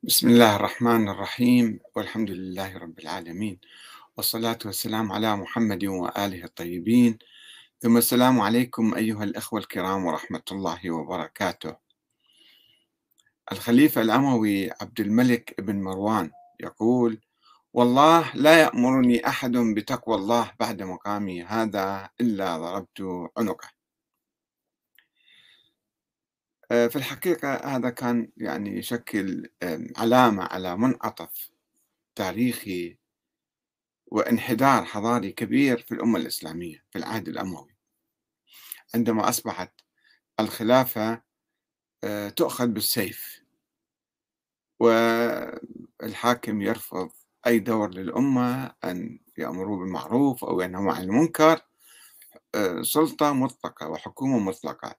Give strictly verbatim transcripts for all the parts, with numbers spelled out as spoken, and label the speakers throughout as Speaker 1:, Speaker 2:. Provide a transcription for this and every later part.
Speaker 1: بسم الله الرحمن الرحيم والحمد لله رب العالمين والصلاة والسلام على محمد وآله الطيبين ثم السلام عليكم أيها الأخوة الكرام ورحمة الله وبركاته. الخليفة الأموي عبد الملك بن مروان يقول: والله لا يأمرني أحد بتقوى الله بعد مقامي هذا إلا ضربت عنقه. آه، في الحقيقة هذا كان يعني يشكل آم، علامة على منعطف تاريخي وانحدار حضاري كبير في الأمة الإسلامية في العهد الأموي، عندما أصبحت الخلافة آه، تؤخذ بالسيف، والحاكم يرفض أي دور للأمة أن يأمروا بالمعروف أو ينهوا عن المنكر. آه، سلطة مطلقة وحكومة مطلقة.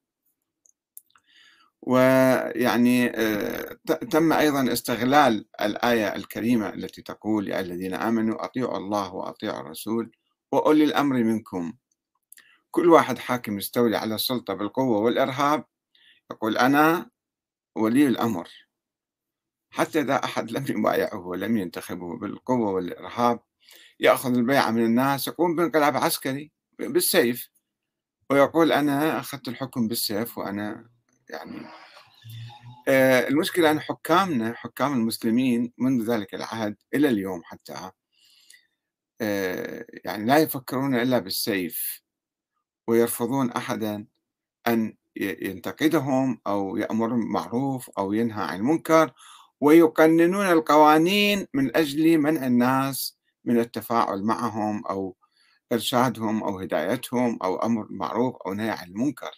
Speaker 1: ويعني آه، ت- تم أيضا استغلال الآية الكريمة التي تقول: يا الذين آمنوا أطيعوا الله وأطيعوا الرسول وأولي الأمر منكم. كل واحد حاكم يستولي على السلطة بالقوة والإرهاب يقول: أنا ولي الأمر، حتى إذا أحد لم يبايعه ولم ينتخبه بالقوة والإرهاب يأخذ البيعة من الناس، يقوم بانقلاب عسكري بالسيف ويقول: أنا أخذت الحكم بالسيف وأنا يعني. آه، المشكلة أن حكامنا حكام المسلمين منذ ذلك العهد إلى اليوم حتى آه، يعني لا يفكرون إلا بالسيف، ويرفضون أحدا أن ي ينتقدهم أو يأمر بالمعروف أو ينهى عن المنكر، ويقننون القوانين من أجل منع الناس من التفاعل معهم أو إرشادهم أو هدايتهم أو أمر بالمعروف أو نهي عن المنكر.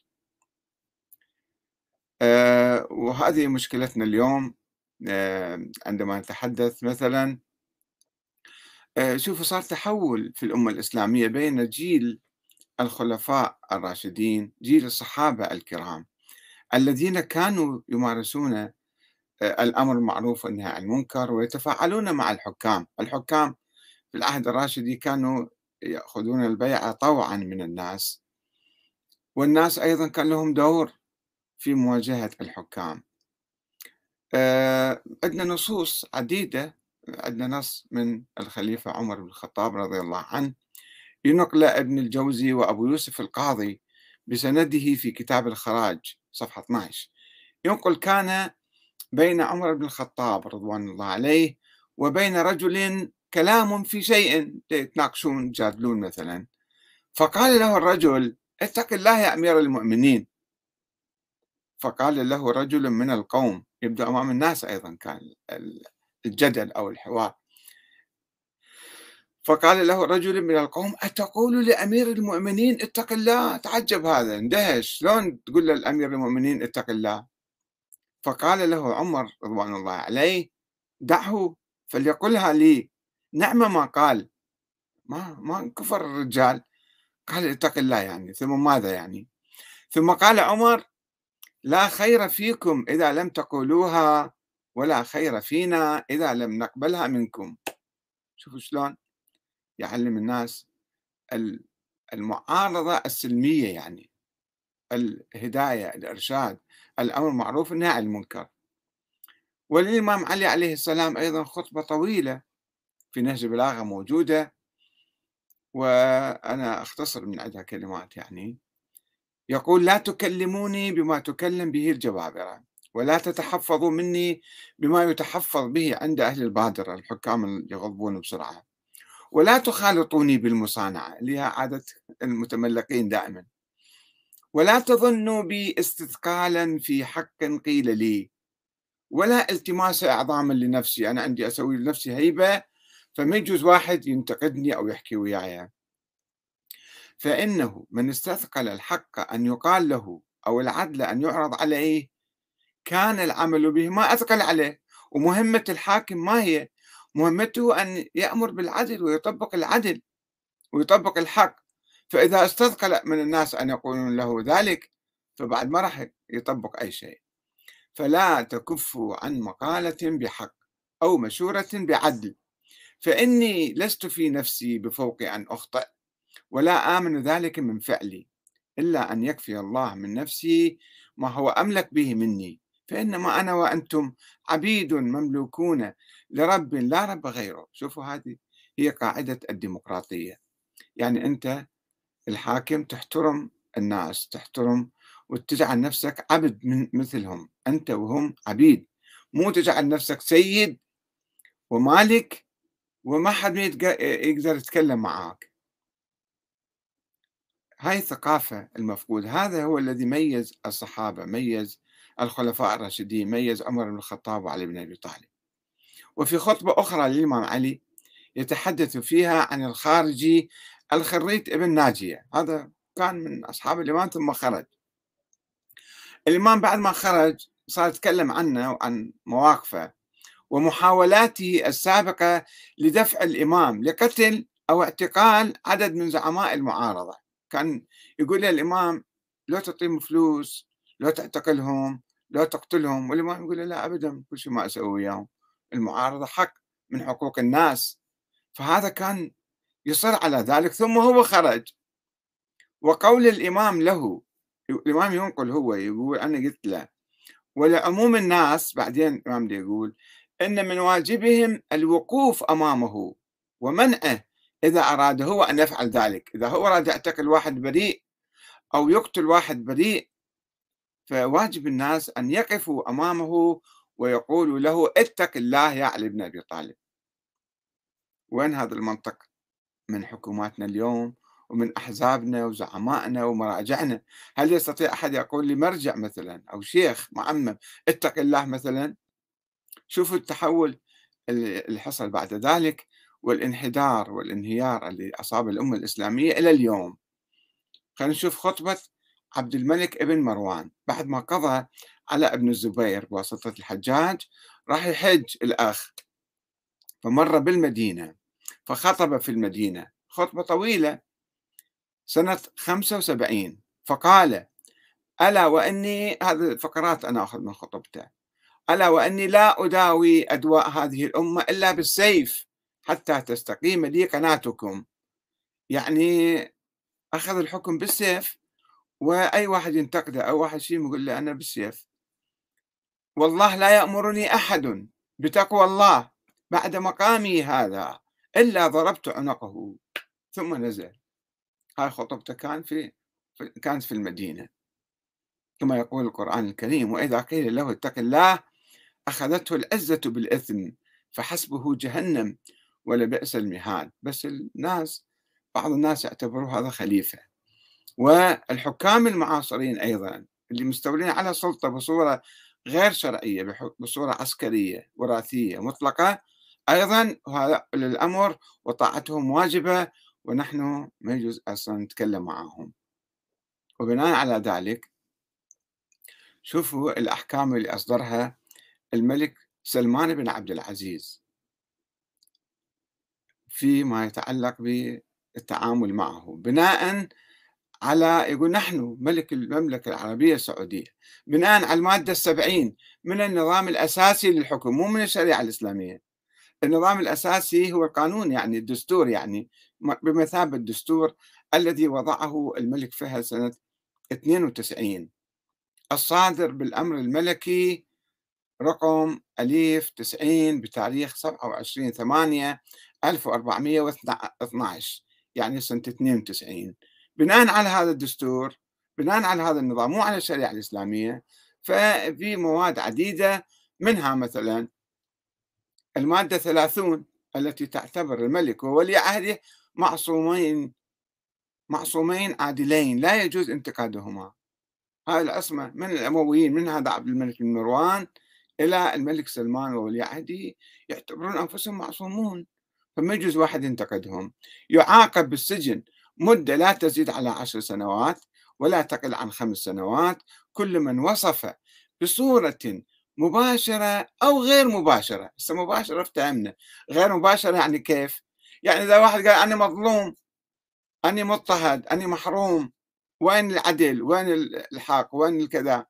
Speaker 1: آآ وهذه مشكلتنا اليوم. آآ عندما نتحدث مثلًا، آآ شوفوا صار تحوّل في الأمة الإسلامية بين جيل الخلفاء الراشدين، جيل الصحابة الكرام الذين كانوا يمارسون آآ الأمر بالمعروف والنهي عن المنكر ويتفاعلون مع الحكام. الحكام في العهد الراشدي كانوا يأخذون البيعة طوعًا من الناس، والناس أيضًا كان لهم دور في مواجهة الحكام. آآ عندنا نصوص عديدة، عندنا نص من الخليفة عمر بن الخطاب رضي الله عنه ينقل ابن الجوزي وأبو يوسف القاضي بسنده في كتاب الخراج صفحة اثني عشر، ينقل: كان بين عمر بن الخطاب رضوان الله عليه وبين رجل كلام في شيء، يتناقشون يجادلون مثلا، فقال له الرجل: اتق الله يا أمير المؤمنين. فقال له رجل من القوم، يبدو أمام الناس أيضا كان ال- الجدل أو الحوار، فقال له رجل من القوم: أتقول لأمير المؤمنين اتق الله؟ تعجب، هذا اندهش، شلون تقول للأمير المؤمنين اتق الله؟ فقال له عمر رضوان الله عليه: دعه فليقلها لي، نعم ما قال، ما ما كفر الرجال، قال اتق الله يعني، ثم ماذا يعني؟ ثم قال عمر: لا خير فيكم إذا لم تقولوها، ولا خير فينا إذا لم نقبلها منكم. شوفوا شلون يعلم الناس ال- المعارضة السلمية، يعني الهداية، الإرشاد، الأمر بالمعروف والنهي عن المنكر. وللإمام علي عليه السلام أيضا خطبة طويلة في نهج البلاغة موجودة، وأنا أختصر من عدها كلمات يعني. يقول: لا تكلموني بما تكلم به الجبابرة، ولا تتحفظوا مني بما يتحفظ به عند أهل البادرة الحكام اللي يغضبون بسرعة، ولا تخالطوني بالمصانعة اللي هي عادة المتملقين دائما، ولا تظنوا بي استثقالا في حق قيل لي، ولا التماس إعظاما لنفسي. أنا عندي أسوي لنفسي هيبة، فما يجوز واحد ينتقدني أو يحكي وياي. فإنه من استثقل الحق أن يقال له أو العدل أن يعرض عليه كان العمل به ما أثقل عليه. ومهمة الحاكم ما هي؟ مهمته أن يأمر بالعدل ويطبق العدل ويطبق الحق. فإذا استثقل من الناس أن يقولون له ذلك فبعد ما راح يطبق أي شيء. فلا تكفوا عن مقالة بحق أو مشورة بعدل، فإني لست في نفسي بفوق أن أخطئ، ولا آمن ذلك من فعلي، إلا أن يكفي الله من نفسي ما هو أملك به مني، فإنما أنا وأنتم عبيد مملوكون لرب لا رب غيره. شوفوا هذه هي قاعدة الديمقراطية. يعني أنت الحاكم تحترم الناس، تحترم وتجعل نفسك عبد من مثلهم، أنت وهم عبيد، مو تجعل نفسك سيد ومالك وما حد يتق- يقدر يتكلم معاك. هاي الثقافة المفقودة، هذا هو الذي ميز الصحابة، ميز الخلفاء الراشدين، ميز عمر بن الخطاب وعلي بن أبي طالب. وفي خطبة أخرى للإمام علي يتحدث فيها عن الخارجي الخريت ابن ناجية، هذا كان من أصحاب الإمام ثم خرج. الإمام بعد ما خرج صار يتكلم عنه وعن مواقفه ومحاولاته السابقة لدفع الإمام لقتل أو اعتقال عدد من زعماء المعارضة. كان يقول للإمام لو تعطيهم فلوس، لو تعتقلهم، لو تقتلهم، والإمام يقول له لا أبدا، كل شيء ما أسوي وياهم، المعارضة حق من حقوق الناس. فهذا كان يصر على ذلك، ثم هو خرج. وقول الإمام له، الإمام ينقل هو يقول أنا قلت له ولعموم الناس، بعدين الإمام يقول إن من واجبهم الوقوف أمامه ومنعه إذا أراد هو أن يفعل ذلك. إذا هو أراد يعتقل واحد بريء أو يقتل واحد بريء، فواجب الناس أن يقفوا أمامه ويقولوا له اتق الله يا علي بن أبي طالب. وين هذا المنطق من حكوماتنا اليوم ومن أحزابنا وزعمائنا ومراجعنا؟ هل يستطيع أحد يقول لمرجع مثلا أو شيخ معمم اتق الله مثلا؟ شوفوا التحول اللي حصل بعد ذلك والانحدار والانهيار اللي أصاب الأمة الإسلامية إلى اليوم. خلينا نشوف خطبة عبد الملك ابن مروان بعد ما قضى على ابن الزبير بواسطة الحجاج. راح يحج الأخ، فمر بالمدينة فخطب في المدينة خطبة طويلة سنة خمسة وسبعين، فقال ألا وإني، هذه فقرات أنا أخذ من خطبته، ألا وإني لا أداوي أدواء هذه الأمة إلا بالسيف حتى تستقيم لي قناتكم. يعني أخذ الحكم بالسيف، وأي واحد ينتقده أو واحد شيء يقول له أنا بالسيف. والله لا يأمرني أحد بتقوى الله بعد مقامي هذا إلا ضربت عنقه. ثم نزل. هاي خطبته كان في كانت في المدينة، كما يقول القرآن الكريم وإذا قيل له اتق الله أخذته العزة بالإثم فحسبه جهنم ولبئس المهاد. بس الناس، بعض الناس يعتبروا هذا خليفة. والحكام المعاصرين أيضا اللي مستولين على سلطة بصورة غير شرعية، بح- بصورة عسكرية وراثية مطلقة، أيضا هذا الأمر وطاعتهم واجبة، ونحن ما يجوز أصلا نتكلم معهم. وبناء على ذلك شوفوا الأحكام اللي أصدرها الملك سلمان بن عبد العزيز فيما يتعلق بالتعامل معه، بناء على، يقول نحن ملك المملكة العربية السعودية بناء على المادة السبعين من النظام الأساسي للحكم، مو من الشريعة الإسلامية. النظام الأساسي هو القانون، يعني الدستور، يعني بمثابة الدستور الذي وضعه الملك فهد سنة اثنين وتسعين، الصادر بالأمر الملكي رقم أليف تسعين بتاريخ سبعة وعشرين ثمانية ألف وأربعمئة واثني عشر، يعني سنة اثنين وتسعين. بناء على هذا الدستور، بناء على هذا النظام، مو على الشريعة الإسلامية، ففي مواد عديدة، منها مثلا المادة ثلاثون التي تعتبر الملك وولي عهده معصومين، معصومين عادلين لا يجوز انتقادهما. هاي العصمة من الأمويين، من هذا عبد الملك بن مروان إلى الملك سلمان وولي عهده، يعتبرون أنفسهم معصومون، فما يجوز واحد ينتقدهم. يعاقب بالسجن مدة لا تزيد على عشر سنوات ولا تقل عن خمس سنوات كل من وصف بصورة مباشرة أو غير مباشرة. هسه مباشرة افتهمنا، غير مباشرة يعني كيف؟ يعني إذا واحد قال أنا مظلوم، أنا مضطهد، أنا محروم، وين العدل، وين الحق، وين الكذا؟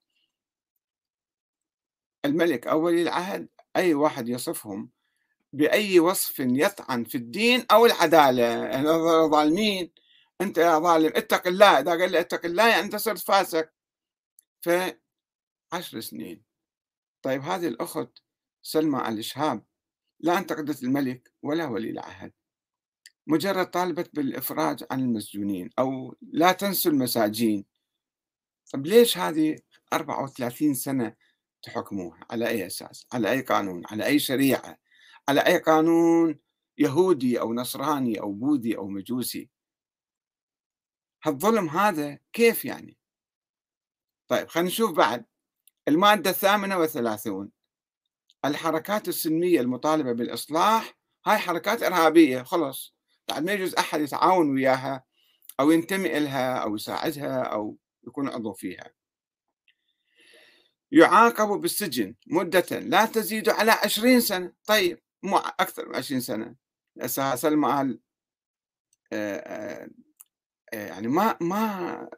Speaker 1: الملك أو ولي العهد أي واحد يصفهم بأي وصف يطعن في الدين أو العدالة، يعني ظالمين، أنت يا ظالم اتق الله، إذا قال لي اتق الله يعني أنت صرت فاسق، فعشر سنين. طيب هذه الأخت سلمى الشهاب لا انتقدت الملك ولا ولي العهد، مجرد طالبت بالإفراج عن المسجونين أو لا تنسوا المساجين. طب ليش هذه أربعة وثلاثين سنة تحكموها؟ على أي أساس؟ على أي قانون؟ على أي شريعة؟ على أي قانون يهودي أو نصراني أو بوذي أو مجوسي؟ هالظلم هذا كيف يعني؟ طيب خلينا نشوف بعد المادة الثامنة والثلاثون، الحركات السلمية المطالبة بالإصلاح هاي حركات إرهابية خلص، بعد ما يجوز أحد يتعاون وياها أو ينتمي إلها أو يساعدها أو يكون عضو فيها. يعاقب بالسجن مدة لا تزيد على عشرين سنة. طيب مو أكثر من عشرين سنة. هسه سلمى قال آآ آآ يعني ما ما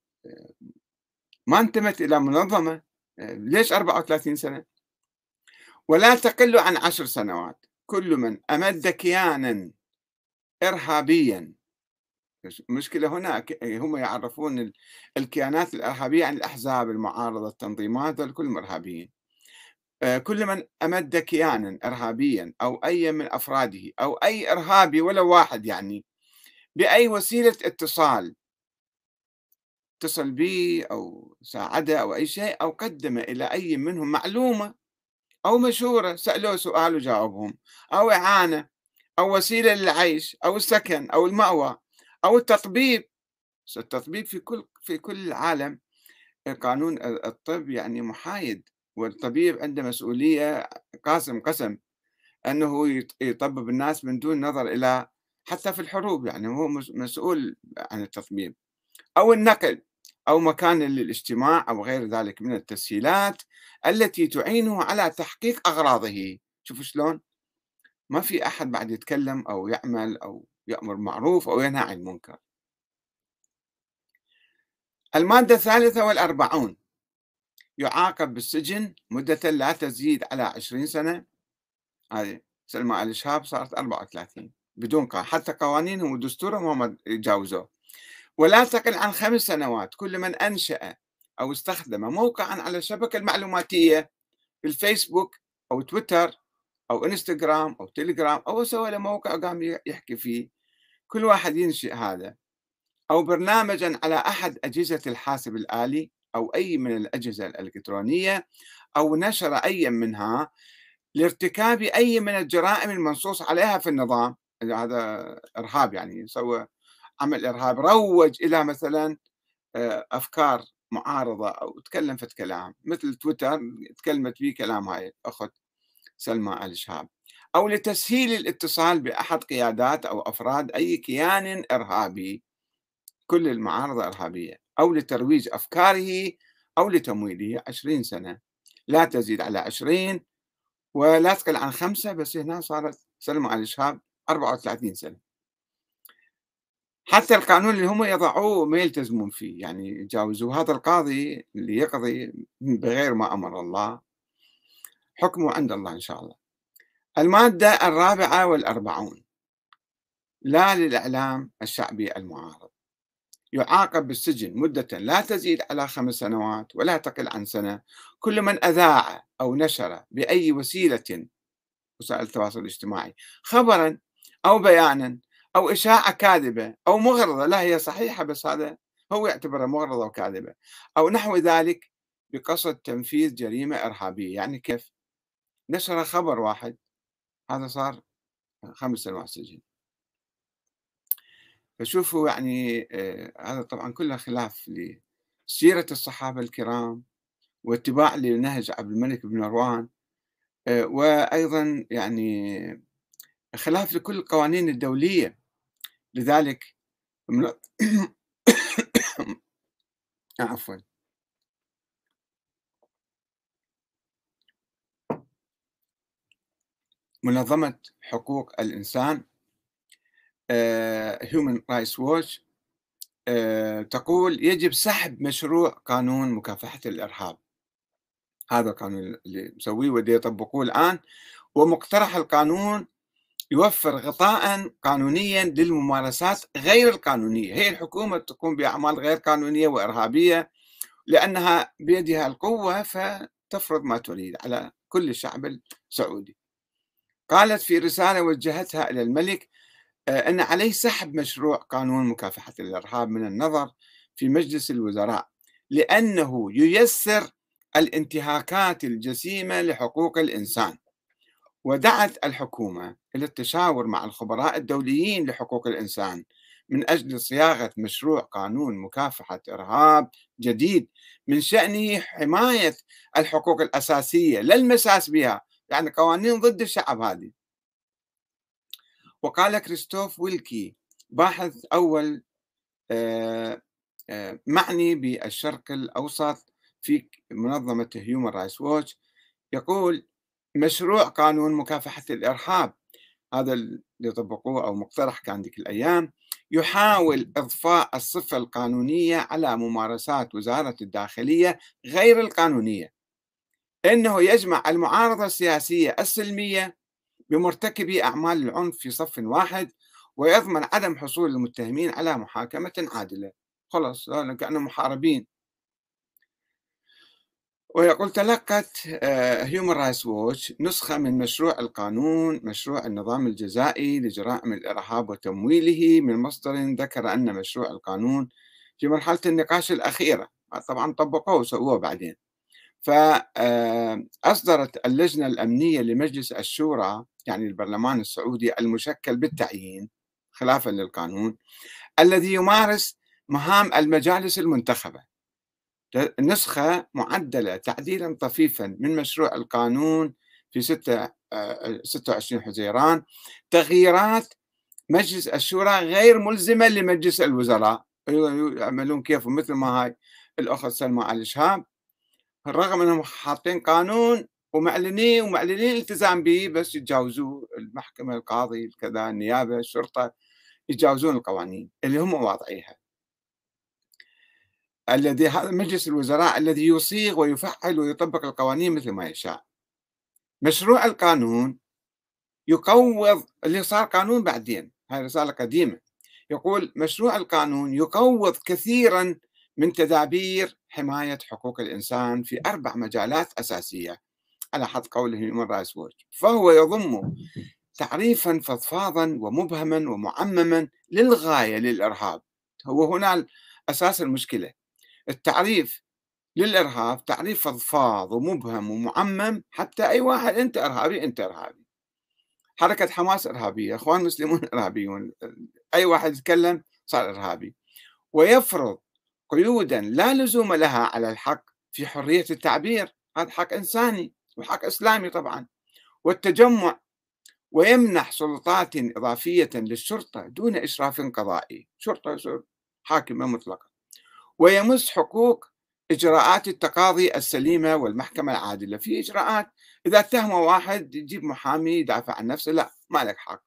Speaker 1: ما انتمت إلى منظمة، آآ ليش أربعة وثلاثين سنة؟ ولا تقل عن عشر سنوات كل من أمد كيانًا إرهابيًا. المشكلة هنا ك هم يعرفون ال الكيانات الإرهابية عن الأحزاب، المعارضة، التنظيمات، هذول كلهم إرهابيين. آآ كل من أمد كيانًا إرهابيًا أو أي من أفراده أو أي إرهابي ولو واحد يعني بأي وسيلة اتصال، اتصل به أو ساعده أو أي شيء أو قدم إلى أي منهم معلومة أو مشورة، سألوه سؤال وجاوبهم، أو إعانة أو وسيلة للعيش أو السكن أو المأوى أو التطبيب. س التطبيب في كل في كل العالم. قانون ال الطب يعني محايد، والطبيب عنده مسؤولية قاسم قسم أنه يط يطبب الناس من دون نظر إلى، حتى في الحروب يعني هو مس مسؤول عن التطبيب، أو النقل أو مكان للاجتماع أو غير ذلك من التسهيلات التي تعينه على تحقيق أغراضه. شوفوا شلون؟ ما في أحد بعد يتكلم أو يعمل أو يأمر بالمعروف أو ينهى عن المنكر. المادة الثالثة والأربعون، يعاقب بالسجن مدة لا تزيد على عشرين سنة. هذه سلمى آل شهاب صارت أربعة وثلاثين بدون قانون، حتى قوانينهم ودستورهم هم يتجاوزوه. ولا تقل عن خمس سنوات كل من أنشأ أو استخدم موقعا على الشبكة المعلوماتية في الفيسبوك أو تويتر أو انستغرام أو تليجرام، أو سوى له موقع قام يحكي فيه. كل واحد ينشئ هذا، أو برنامجا على أحد أجهزة الحاسب الآلي أو أي من الأجهزة الإلكترونية، أو نشر أي منها لارتكاب أي من الجرائم المنصوص عليها في النظام. هذا إرهاب يعني سوى عمل إرهاب، روج إلى مثلا آه، أفكار معارضة أو تكلم في كلام مثل تويتر تكلمت فيه كلام هاي أخت سلمى آل شهاب، أو لتسهيل الاتصال بأحد قيادات أو أفراد أي كيان إرهابي، كل المعارضة إرهابية، أو لترويج أفكاره أو لتمويله. عشرين سنة لا تزيد على عشرين ولا تقل عن خمسة، بس هنا صارت سلمى آل شهاب أربعة وثلاثين سنة. حتى القانون اللي هم يضعوه ما يلتزمون فيه، يعني يجاوزوه. هذا القاضي اللي يقضي بغير ما أمر الله حكمه عند الله إن شاء الله. المادة الرابعة والأربعون، لا للإعلام الشعبي المعارض، يعاقب بالسجن مدة لا تزيد على خمس سنوات ولا تقل عن سنة كل من أذاع أو نشر بأي وسيلة وسائل التواصل الاجتماعي خبرا أو بيانا أو إشاعة كاذبة أو مغرضة، لا هي صحيحة بس هذا هو يعتبرها مغرضة وكاذبة أو نحو ذلك بقصد تنفيذ جريمة إرهابية. يعني كيف نشر خبر واحد، هذا صار خمس سنوات سجن. فشوفوا يعني آه، هذا طبعا كله خلاف لسيرة الصحابة الكرام واتباع لنهج عبد الملك بن مروان، آه، وأيضا يعني خلاف لكل القوانين الدولية. لذلك من... عفوا منظمة حقوق الإنسان آه، Human Rights Watch آه، تقول يجب سحب مشروع قانون مكافحة الإرهاب. هذا القانون اللي مسويه ودي يطبقوه الآن، ومقترح القانون يوفر غطاء قانونيا للممارسات غير القانونية. هي الحكومة تقوم بأعمال غير قانونية وإرهابية لأنها بيدها القوة، ف تفرض ما تريد على كل الشعب السعودي. قالت في رسالة وجهتها إلى الملك آه، أن عليه سحب مشروع قانون مكافحة الإرهاب من النظر في مجلس الوزراء لأنه ييسر الانتهاكات الجسيمة لحقوق الإنسان. ودعت الحكومة إلى التشاور مع الخبراء الدوليين لحقوق الإنسان من أجل صياغة مشروع قانون مكافحة إرهاب جديد من شأنه حماية الحقوق الأساسية لا المساس بها، يعني قوانين ضد الشعب هذه. وقال كريستوف ويلكي باحث أول آه، آه، معني بالشرق الأوسط في منظمة هيومن رايتس ووتش، يقول مشروع قانون مكافحة الإرهاب هذا اللي طبقوه أو مقترح كان ذيك الأيام يحاول إضفاء الصفة القانونية على ممارسات وزارة الداخلية غير القانونية، إنه يجمع المعارضة السياسية السلمية بمرتكبي أعمال العنف في صف واحد ويضمن عدم حصول المتهمين على محاكمة عادلة. خلص كأنهم محاربين. ويقول تلقت هيومن رايتس ووتش نسخة من مشروع القانون مشروع النظام الجزائي لجرائم الإرهاب وتمويله من مصدر ذكر أن مشروع القانون في مرحلة النقاش الأخيرة، طبعا طبقوه وسووه بعدين. فأصدرت اللجنة الأمنية لمجلس الشورى يعني البرلمان السعودي المشكل بالتعيين خلافا للقانون الذي يمارس مهام المجالس المنتخبة نسخة معدلة تعديلا طفيفا من مشروع القانون في ستة وعشرين حزيران، تغييرات مجلس الشورى غير ملزمة لمجلس الوزراء، يعملون كيفهم مثل ما هاي الأخت سلمى آل شهاب، بالرغم أنهم حاطين قانون ومعلنين ومعلنين الالتزام به، بس يتجاوزوه المحكمة، القاضي، كذا، النيابة، الشرطة، يتجاوزون القوانين اللي هم واضعيها. الذي هذا مجلس الوزراء الذي يصيغ ويفعل ويطبق القوانين مثل ما يشاء. مشروع القانون يقوض اللي صار قانون بعدين، هاي رسالة قديمة، يقول مشروع القانون يقوض كثيرا من تدابير حماية حقوق الإنسان في أربع مجالات أساسية على حد قوله هيومن رايتس ووتش، فهو يضم تعريفا فضفاضا ومبهما ومعمما للغاية للإرهاب. هو هنا أساس المشكلة، التعريف للإرهاب تعريف فضفاض ومبهم ومعمم حتى أي واحد أنت إرهابي أنت إرهابي، حركة حماس إرهابية، إخوان مسلمون إرهابيون، أي واحد يتكلم صار إرهابي. ويفرض قيودا لا لزوم لها على الحق في حرية التعبير، هذا حق إنساني وحق إسلامي طبعا، والتجمع، ويمنح سلطات إضافية للشرطة دون إشراف قضائي، شرطة حاكمة مطلقة، ويمس حقوق إجراءات التقاضي السليمة والمحكمة العادلة. في إجراءات إذا اتهم واحد يجيب محامي يدافع عن نفسه، لا ما لك حق.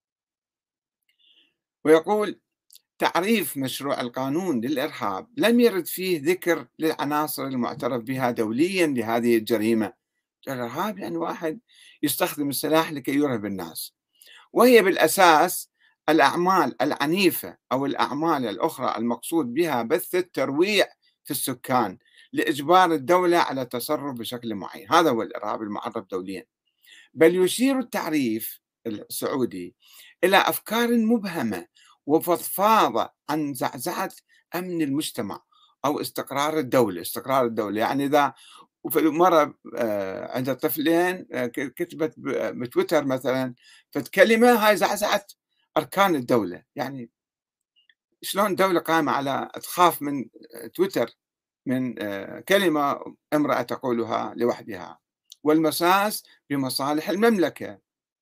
Speaker 1: ويقول تعريف مشروع القانون للإرهاب لم يرد فيه ذكر للعناصر المعترف بها دوليا لهذه الجريمة. الإرهاب يعني واحد يستخدم السلاح لكي يرهب الناس، وهي بالأساس الأعمال العنيفة أو الأعمال الأخرى المقصود بها بث الترويع في السكان لإجبار الدولة على التصرف بشكل معين، هذا هو الإرهاب المعرف دوليا. بل يشير التعريف السعودي إلى أفكار مبهمة وفضفاضة عن زعزعة أمن المجتمع أو استقرار الدولة. استقرار الدولة يعني إذا وفي مرة آه، عند طفلين آه، كتبت بتويتر مثلا فكلمة هاي زعزعت أركان الدولة، يعني شلون دولة قائمة على تخاف من آه، تويتر، من آه، كلمة امرأة تقولها لوحدها، والمساس بمصالح المملكة.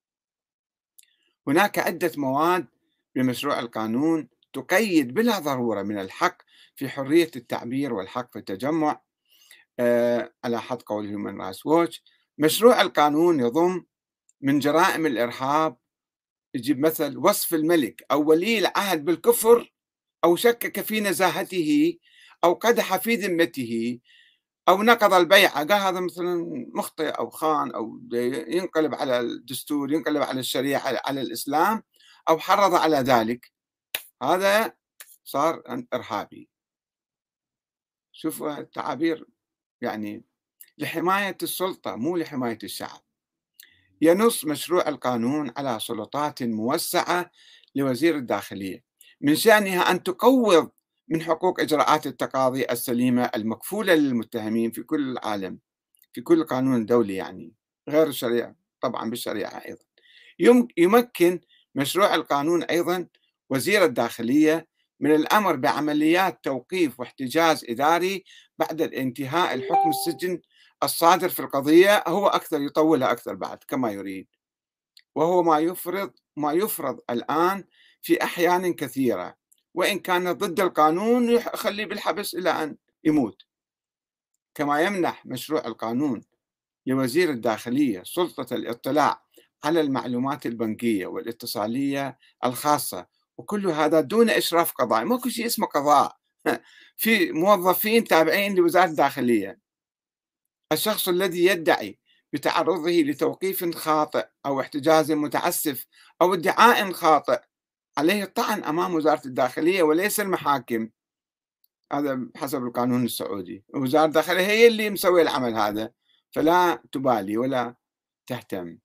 Speaker 1: هناك عدة مواد بمشروع القانون تقيد بلا ضرورة من الحق في حرية التعبير والحق في التجمع آه، على حد قول هيومن رايتس ووتش. مشروع القانون يضم من جرائم الإرهاب، يجيب مثل وصف الملك أو ولي العهد بالكفر أو شكك في نزاهته أو قدح في ذمته أو نقض البيعة، قال هذا مثلا مخطئ أو خان أو ينقلب على الدستور، ينقلب على الشريعة، على الإسلام، أو حرض على ذلك، هذا صار إرهابي. شوفوا التعابير يعني لحماية السلطة مو لحماية الشعب. ينص مشروع القانون على سلطات موسعة لوزير الداخلية من شأنها أن تقوض من حقوق إجراءات التقاضي السليمة المكفولة للمتهمين في كل العالم، في كل قانون دولي يعني، غير الشريعة، طبعا بالشريعة أيضا. يم- يمكن مشروع القانون أيضا وزير الداخلية من الأمر بعمليات توقيف واحتجاز إداري بعد الانتهاء الحكم السجن الصادر في القضية، هو أكثر يطولها أكثر بعد كما يريد، وهو ما يفرض ما يفرض الآن في أحيان كثيرة، وإن كان ضد القانون يخليه بالحبس إلى أن يموت. كما يمنح مشروع القانون لوزير الداخلية سلطة الاطلاع على المعلومات البنكية والاتصالية الخاصة، وكل هذا دون إشراف قضائي. ماكو شيء اسمه قضاء في موظفين تابعين لوزارة الداخلية. الشخص الذي يدعي بتعرضه لتوقيف خاطئ أو احتجاز متعسف أو ادعاء خاطئ عليه الطعن أمام وزارة الداخلية وليس المحاكم. هذا حسب القانون السعودي، وزارة الداخلية هي اللي مسوي العمل هذا، فلا تبالي ولا تهتم.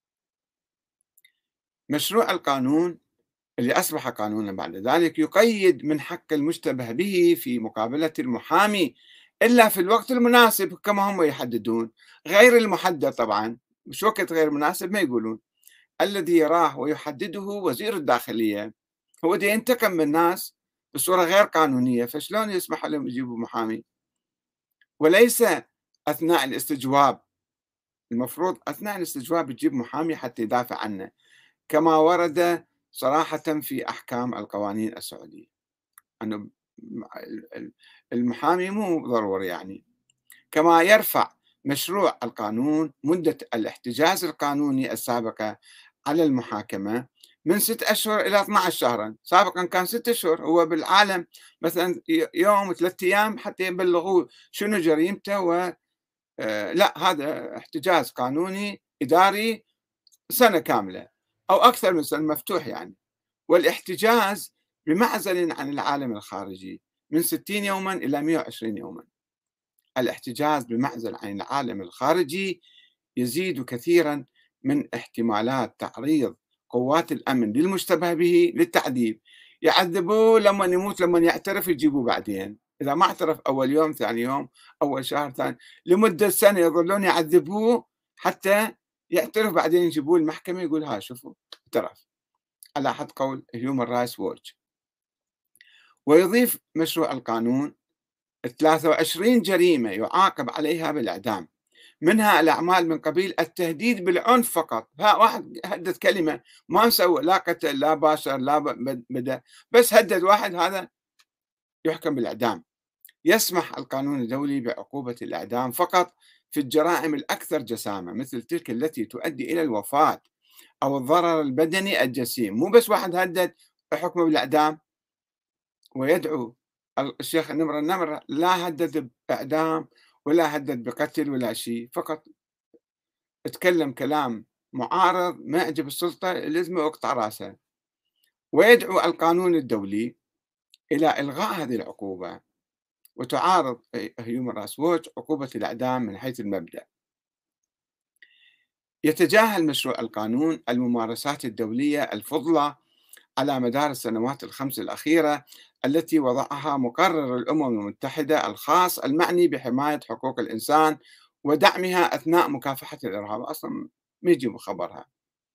Speaker 1: مشروع القانون اللي أصبح قانونا بعد ذلك يقيد من حق المشتبه به في مقابلة المحامي إلا في الوقت المناسب كما هم يحددون، غير المحدد طبعا، مش وقت غير مناسب ما يقولون، الذي يراه ويحدده وزير الداخلية. هو دي ينتقم من الناس بصورة غير قانونية، فشلون يسمح لهم يجيبوا محامي؟ وليس أثناء الاستجواب، المفروض أثناء الاستجواب تجيب محامي حتى يدافع عنه كما ورد صراحة في أحكام القوانين السعودية، أنه المحامي مو ضروري يعني. كما يرفع مشروع القانون مدة الاحتجاز القانوني السابقة على المحاكمة من ست أشهر إلى اثني عشر شهرا. سابقا كان ست أشهر، هو بالعالم مثلا يوم ثلاثة أيام حتى يبلغوه شنو جريمته، و آه، لا، هذا احتجاز قانوني إداري سنة كاملة أو أكثر من سنة مفتوح يعني. والاحتجاز بمعزل عن العالم الخارجي من ستين يوما إلى مئة وعشرين يوما. الاحتجاز بمعزل عن العالم الخارجي يزيد كثيرا من احتمالات تعريض قوات الأمن للمشتبه به للتعذيب. يعذبوه لما يموت، لما يعترف يجيبوه بعدين، إذا ما اعترف أول يوم ثاني يوم أول شهر ثاني، لمدة سنة يظلون يعذبوه حتى يعترف، بعدين يجيبوه المحكمة يقول ها شوفوا اعترف، على حد قول هيومن رايتس ووتش. ويضيف مشروع القانون ثلاثة وعشرين جريمة يعاقب عليها بالإعدام، منها الأعمال من قبيل التهديد بالعنف فقط. ها واحد هدد كلمة، ما مسوي لا قتل لا باشر لا بدأ، بس هدد واحد، هذا يحكم بالإعدام. يسمح القانون الدولي بعقوبة الإعدام فقط في الجرائم الأكثر جسامة، مثل تلك التي تؤدي إلى الوفاة أو الضرر البدني الجسيم. مو بس واحد هدد حكمه بالإعدام. ويدعو الشيخ النمر النمر لا هدد بإعدام ولا هدد بقتل ولا شيء، فقط تكلم كلام معارض ما يعجب السلطة لازم يقطع راسه. ويدعو القانون الدولي إلى إلغاء هذه العقوبة، وتعارض هيومن رايتس ووتش عقوبة الإعدام من حيث المبدأ. يتجاهل مشروع القانون الممارسات الدولية الفضلى على مدار السنوات الخمس الأخيرة التي وضعها مقرر الأمم المتحدة الخاص المعني بحماية حقوق الإنسان ودعمها أثناء مكافحة الإرهاب. أصلا ما يجيبوا خبرها.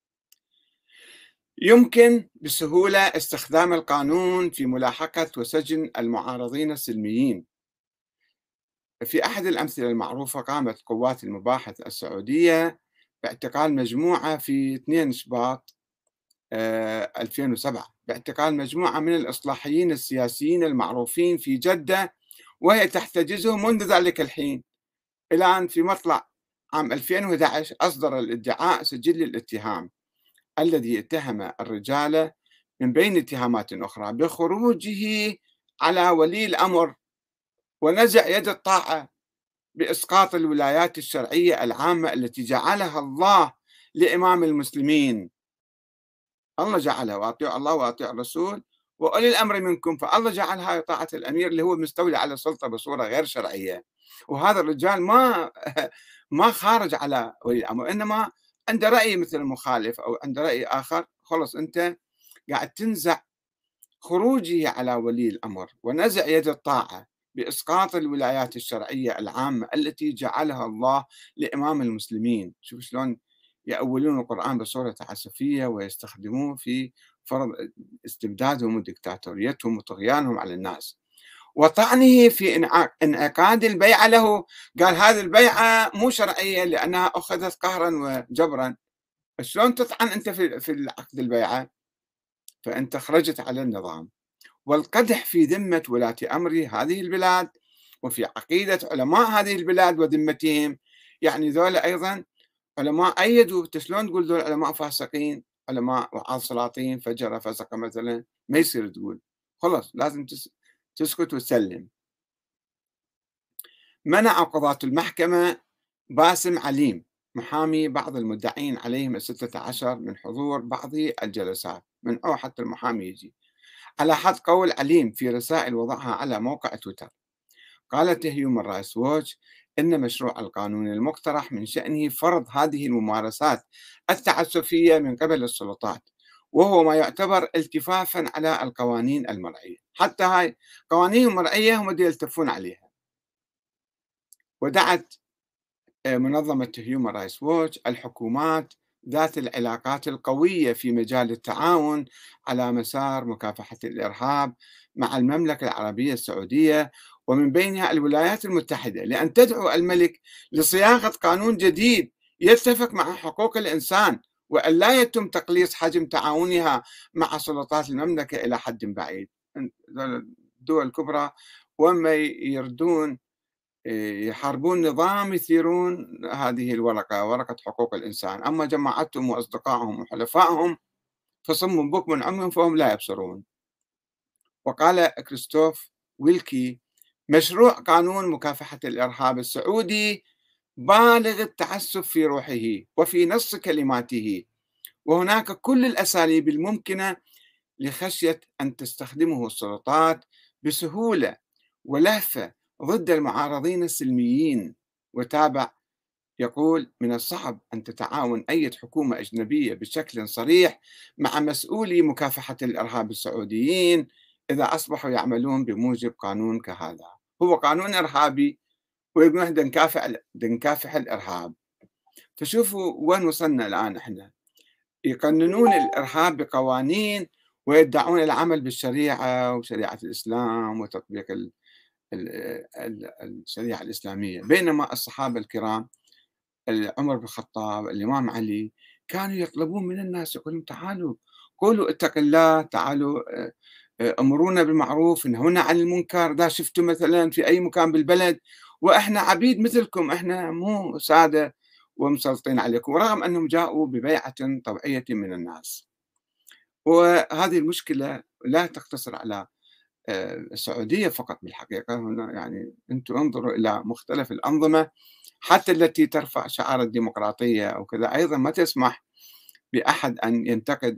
Speaker 1: يمكن بسهولة استخدام القانون في ملاحقة وسجن المعارضين السلميين. في أحد الأمثلة المعروفة قامت قوات المباحث السعودية باعتقال مجموعة في اثنين شباط آه، ألفين وسبعة، باعتقال مجموعة من الإصلاحيين السياسيين المعروفين في جدة، وهي تحتجزهم منذ ذلك الحين إلى أن في مطلع عام ألفين وأحد عشر أصدر الادعاء سجل الاتهام الذي اتهم الرجال من بين اتهامات أخرى بخروجه على ولي الأمر ونزع يد الطاعة بإسقاط الولايات الشرعية العامة التي جعلها الله لإمام المسلمين. الله جعلها، وأطيعوا الله وأطيعوا الرسول وأولي الأمر منكم، فالله جعلها طاعة الأمير اللي هو مستولي على السلطة بصورة غير شرعية. وهذا الرجال ما ما خارج على ولي الأمر، إنما عنده رأي مثل مخالف أو عنده رأي آخر، خلص أنت قاعد تنزع خروجه على ولي الأمر ونزع يد الطاعة بإسقاط الولايات الشرعية العامة التي جعلها الله لإمام المسلمين. شوف شلون يأولون القرآن بصورة تعسفية ويستخدموه في فرض استبدادهم وديكتاتوريتهم وطغيانهم على الناس، وطعنه في انع- انعقاد البيعة له. قال هذه البيعة مو شرعية لأنها أخذت قهرا وجبرا. شلون تطعن أنت في في عقد البيعة؟ فأنت خرجت على النظام. والقدح في ذمة ولاة أمر هذه البلاد وفي عقيدة علماء هذه البلاد وذمتهم. يعني ذولا أيضا علماء أيدوا. شلون تقول ذول علماء فاسقين، علماء وعاظ سلاطين فجر فسق مثلا؟ ما يصير تقول، خلاص لازم تس- تسكت وتسلم. منع قضاة المحكمة باسم عليم محامي بعض المدعين عليهم الستة عشر من حضور بعض الجلسات، منعوه حتى المحامي يجي، على حد قول عليم في رسائل وضعها على موقع تويتر. قالت هيومن رايتس ووتش إن مشروع القانون المقترح من شأنه فرض هذه الممارسات التعسفية من قبل السلطات، وهو ما يعتبر التفافا على القوانين المرعية. حتى هاي قوانين المرعية هم دي يلتفون عليها. ودعت منظمة هيومن رايتس ووتش الحكومات ذات العلاقات القوية في مجال التعاون على مسار مكافحة الإرهاب مع المملكة العربية السعودية ومن بينها الولايات المتحدة لأن تدعو الملك لصياغة قانون جديد يتفق مع حقوق الإنسان، وأن لا يتم تقليص حجم تعاونها مع سلطات المملكة إلى حد بعيد. الدول الكبرى وما يردون يحاربون نظام يثيرون هذه الورقة، ورقة حقوق الإنسان، أما جماعتهم وأصدقائهم وحلفائهم فصم بكم عمي فهم لا يبصرون. وقال كريستوف ويلكي مشروع قانون مكافحة الإرهاب السعودي بالغ التعسف في روحه وفي نص كلماته، وهناك كل الأساليب الممكنة لخشية أن تستخدمه السلطات بسهولة ولهفة ضد المعارضين السلميين. وتابع يقول من الصعب أن تتعاون أي حكومة أجنبية بشكل صريح مع مسؤولي مكافحة الإرهاب السعوديين إذا أصبحوا يعملون بموجب قانون كهذا. هو قانون إرهابي ويقولون احنا نكافح نكافح الإرهاب. فشوفوا وين وصلنا الآن. احنا يقننون الإرهاب بقوانين ويدعون العمل بالشريعة وشريعة الإسلام وتطبيق ال- ال- الشريعة الإسلامية، بينما الصحابة الكرام عمر بن الخطاب الإمام علي كانوا يطلبون من الناس يقولون تعالوا قولوا اتق الله، تعالوا آه، آه، امرونا بالمعروف انهونا عن المنكر. اذا شفتوا مثلا في اي مكان بالبلد واحنا عبيد مثلكم، احنا مو ساده ومسلطين عليكم، ورغم انهم جاءوا ببيعه طوعيه من الناس. وهذه المشكله لا تقتصر على آه، السعوديه فقط، بالحقيقه هنا يعني انتم انظروا الى مختلف الانظمه حتى التي ترفع شعار الديمقراطية أو كذا أيضا ما تسمح بأحد أن ينتقد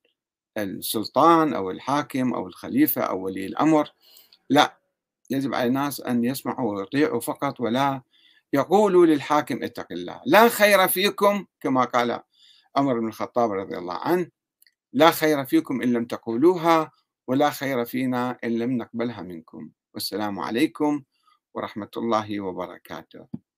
Speaker 1: السلطان أو الحاكم أو الخليفة أو ولي الأمر. لا، يجب على الناس أن يسمعوا ويطيعوا فقط، ولا يقولوا للحاكم اتق الله. لا خير فيكم كما قال عمر بن الخطاب رضي الله عنه، لا خير فيكم إن لم تقولوها ولا خير فينا إن لم نقبلها منكم. والسلام عليكم ورحمة الله وبركاته.